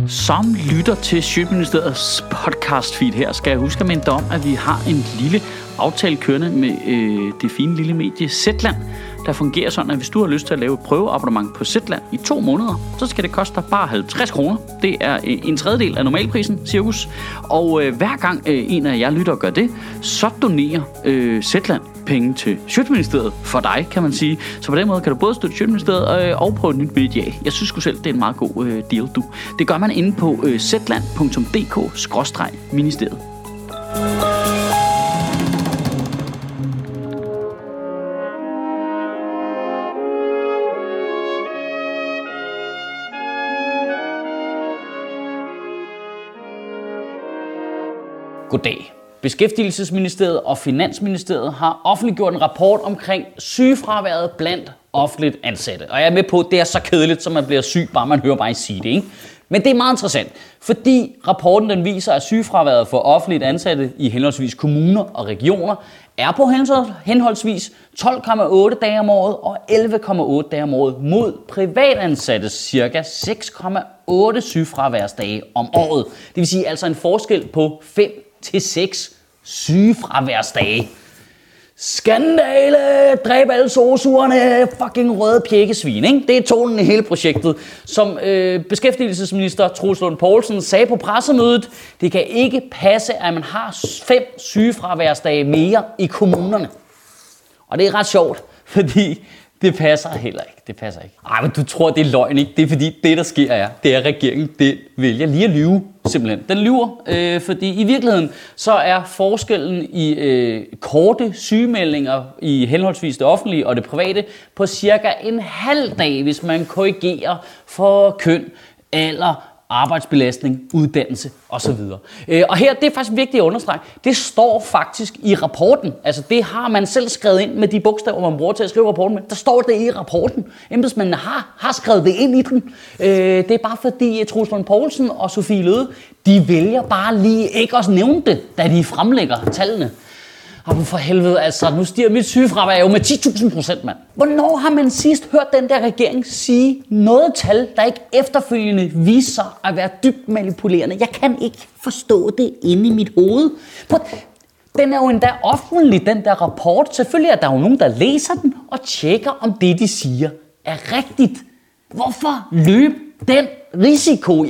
Som lytter til Sjøtministeriets podcast feed her, skal jeg huske at minde om, at vi har en lille aftale kørende med det fine lille medie Zetland, der fungerer sådan, at hvis du har lyst til at lave et prøveabonnement på Zetland i 2 måneder, så skal det koste dig bare 50 kroner. Det er en tredjedel af normalprisen, cirkus. Og hver gang en af jer lytter gør det, så donerer Zetland penge til Sjøtministeriet for dig, kan man sige. Så på den måde kan du både støtte Sjøtministeriet og prøve et nyt medie. Jeg synes sgu selv, det er en meget god deal, du. Det gør man inde på zetland.dk/ministeriet. Goddag. Beskæftigelsesministeriet og Finansministeriet har offentliggjort en rapport omkring sygefraværet blandt offentligt ansatte. Og jeg er med på, at det er så kedeligt, som man bliver syg, bare man hører mig sige det, ikke? Men det er meget interessant, fordi rapporten den viser, at sygefraværet for offentligt ansatte i henholdsvis kommuner og regioner er på henholdsvis 12,8 dage om året og 11,8 dage om året mod privatansattes ca. 6,8 sygefraværsdage om året. Det vil sige altså en forskel på 5 til 6 sygefraværsdage. Skandale! Dræb alle sosuerne! Fucking røde pjækkesvin, ikke? Det er tonen i hele projektet. Som beskæftigelsesminister Troels Lund Poulsen sagde på pressemødet, det kan ikke passe, at man har 5 sygefraværsdage mere i kommunerne. Og det er ret sjovt, fordi det passer heller ikke. Det passer ikke. Ej, men du tror, det er løgn, ikke? Det er fordi, det der sker det er regeringen, det vælger lige at lyve, simpelthen. Den lyver, fordi i virkeligheden, så er forskellen i korte sygemeldinger i henholdsvis det offentlige og det private på cirka en halv dag, hvis man korrigerer for køn, alder, arbejdsbelastning, uddannelse osv. Og her, det er faktisk vigtigt at understrege, det står faktisk i rapporten. Altså det har man selv skrevet ind med de bogstaver, man bruger til at skrive rapporten med. Der står det i rapporten. Embedsmændene har skrevet det ind i den. Det er bare fordi Troels Lund Poulsen og Sofie Løhde, de vælger bare lige ikke at nævne det, da de fremlægger tallene. Og for helvede, altså, nu stiger mit sygefravær jo med 10.000%, mand. Hvornår har man sidst hørt den der regering sige noget tal, der ikke efterfølgende viser sig at være dybt manipulerende? Jeg kan ikke forstå det inde i mit hoved. Den er jo endda offentlig, den der rapport. Selvfølgelig er der jo nogen, der læser den og tjekker, om det, de siger, er rigtigt. Hvorfor løbe den risiko?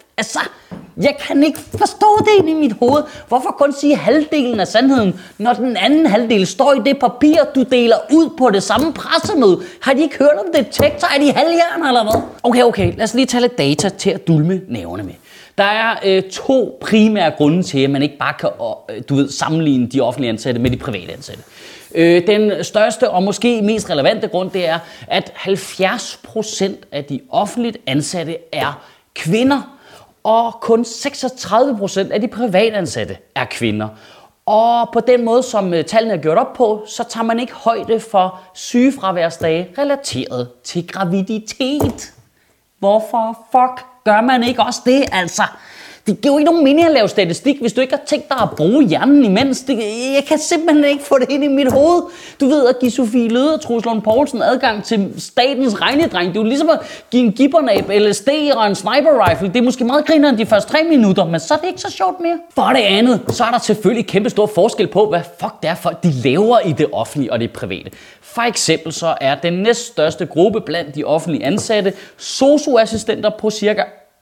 Jeg kan ikke forstå det inde i mit hoved. Hvorfor kun sige halvdelen af sandheden, når den anden halvdel står i det papir, du deler ud på det samme pressemøde? Har de ikke hørt om detektor? Er de halvhjerner eller hvad? Okay, lad os lige tage lidt data til at dulme nævne med. Der er 2 primære grunde til, at man ikke bare kan sammenligne de offentlige ansatte med de private ansatte. Den største og måske mest relevante grund, det er, at 70% af de offentligt ansatte er kvinder, og kun 36% af de privatansatte er kvinder. Og på den måde, som tallene er gjort op på, så tager man ikke højde for sygefraværsdage relateret til graviditet. Hvorfor fuck gør man ikke også det, altså? Det giver jo ikke nogen mening at lave statistik, hvis du ikke har tænkt dig at bruge hjernen imens. Jeg kan simpelthen ikke få det ind i mit hoved. Du ved, at give Sofie Løhde og Troels Lund Poulsen adgang til statens regnedreng. Det er jo ligesom at give en gibbernab, LSD og en sniper rifle. Det er måske meget grinerende de første 3 minutter, men så er det ikke så sjovt mere. For det andet, så er der selvfølgelig kæmpe stor forskel på, hvad fuck det er folk, de laver i det offentlige og det private. For eksempel så er den næststørste gruppe blandt de offentlige ansatte sosu-assistenter på cirka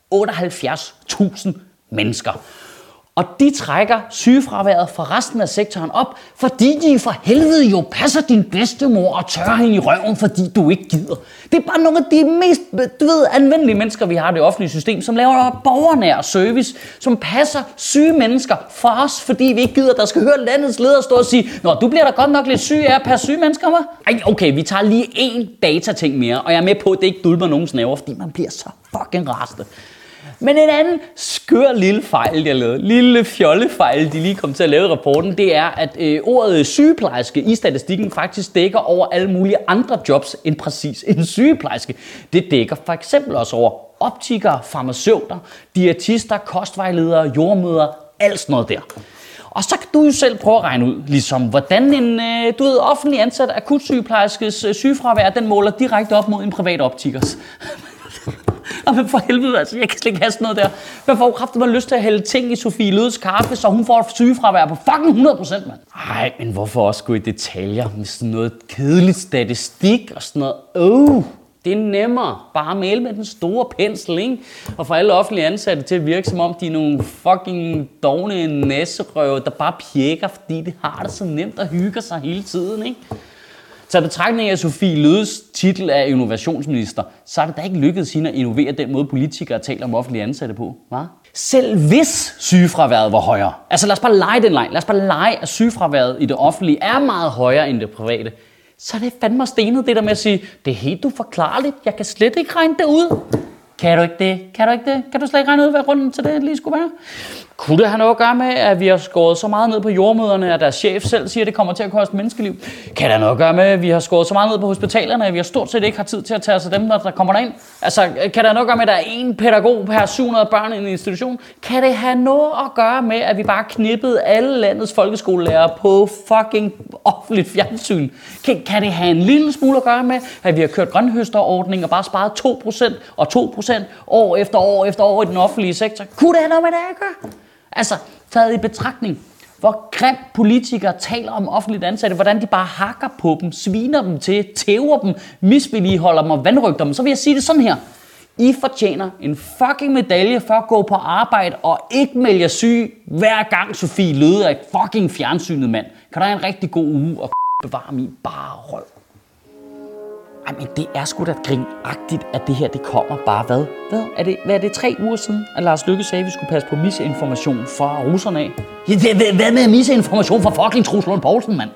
78.000 mennesker. Og de trækker sygefraværet fra resten af sektoren op, fordi de for helvede jo passer din bedstemor og tørrer hende i røven, fordi du ikke gider. Det er bare nogle af de mest, anvendelige mennesker, vi har i det offentlige system, som laver borgernær service, som passer syge mennesker for os, fordi vi ikke gider, der skal høre landets leder stå og sige, nå, du bliver da godt nok lidt syg af at passe syge mennesker, hva'? Ej, okay, vi tager lige 1 datating mere, og jeg er med på, at det ikke dulmer nogen snæver, fordi man bliver så fucking rasende. Men en anden skør lille fejl, jeg lavede, lille fjollefejl, de lige kom til at lave i rapporten, det er, at ordet sygeplejerske i statistikken faktisk dækker over alle mulige andre jobs end præcis en sygeplejerske. Det dækker for eksempel også over optikere, farmaceuter, diætister, kostvejledere, jordmødre, alt sådan noget der. Og så kan du jo selv prøve at regne ud, ligesom hvordan en offentlig ansat akutsygeplejerskes sygefravær, den måler direkte op mod en privat optikers. Men for helvede, altså, jeg kan slet ikke have sådan noget der. Man får jo kraftigt lyst til at hælde ting i Sofie Lødes kaffe, så hun får et sygefravær på fucking 100%, mand. Ej, men hvorfor også gå i detaljer med sådan noget kedeligt statistik og sådan noget? Det er nemmere bare at male med den store pensel, ikke? Og få alle offentlige ansatte til at virke som om de er nogle fucking dovne næserøve, der bare pjekker, fordi det har det så nemt og hygger sig hele tiden, ikke? Så betragtning af Sofie Lødes titel af innovationsminister, så er det da ikke lykkedes hende at innovere den måde, politikere taler om offentlige ansatte på, hva'? Selv hvis sygefraværet var højere, altså lad os bare lege den leg, lad os bare lege, at sygefraværet i det offentlige er meget højere end det private, så er det fandme stenet det der med at sige, det er helt uforklarligt, jeg kan slet ikke regne det ud. Kan du ikke det? Kan du ikke det? Kan du slet ikke regne ud, hvad grunden til det lige skulle være? Kunne det have noget at gøre med, at vi har skåret så meget ned på jordmøderne, at deres chef selv siger, at det kommer til at koste menneskeliv? Kan det have noget at gøre med, at vi har skåret så meget ned på hospitalerne, at vi har stort set ikke har tid til at tage os af dem, der kommer derind? Altså, kan det have noget at gøre med, at der er én pædagog per 700 børn i en institution? Kan det have noget at gøre med, at vi bare knippede alle landets folkeskolelærere på fucking offentligt fjernsyn? Kan det have en lille smule at gøre med, at vi har kørt grønhøsterordning og bare sparet 2% og 2% år efter år efter år i den offentlige sektor? Kunne det have noget med det at gøre? Altså, taget i betragtning, hvor grimt politikere taler om offentligt ansatte, hvordan de bare hakker på dem, sviner dem til, tæver dem, misvedligeholder dem og vandrygter dem, så vil jeg sige det sådan her. I fortjener en fucking medalje for at gå på arbejde og ikke melde jer syg, hver gang Sofie Løde er et fucking fjernsynet mand. Kan du have en rigtig god uge og bevare min bare røv? Ej, men det er sgu da grinagtigt, at det her, det kommer bare hvad? Hvad er det 3 uger siden, at Lars Løkke sagde, at vi skulle passe på misinformation fra russerne af? Ja, hvad med misinformation fra fucking Troels Lund Poulsen, mand?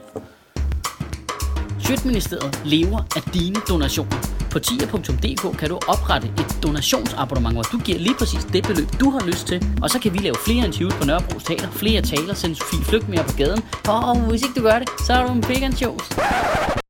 Sjøtministeriet lever af dine donationer. På tier.dk kan du oprette et donationsabonnement, hvor du giver lige præcis det beløb, du har lyst til. Og så kan vi lave flere interviews på Nørrebro Teater, flere taler, sende Sofie Flygt mere på gaden. Og hvis ikke du gør det, så er du en big and shows.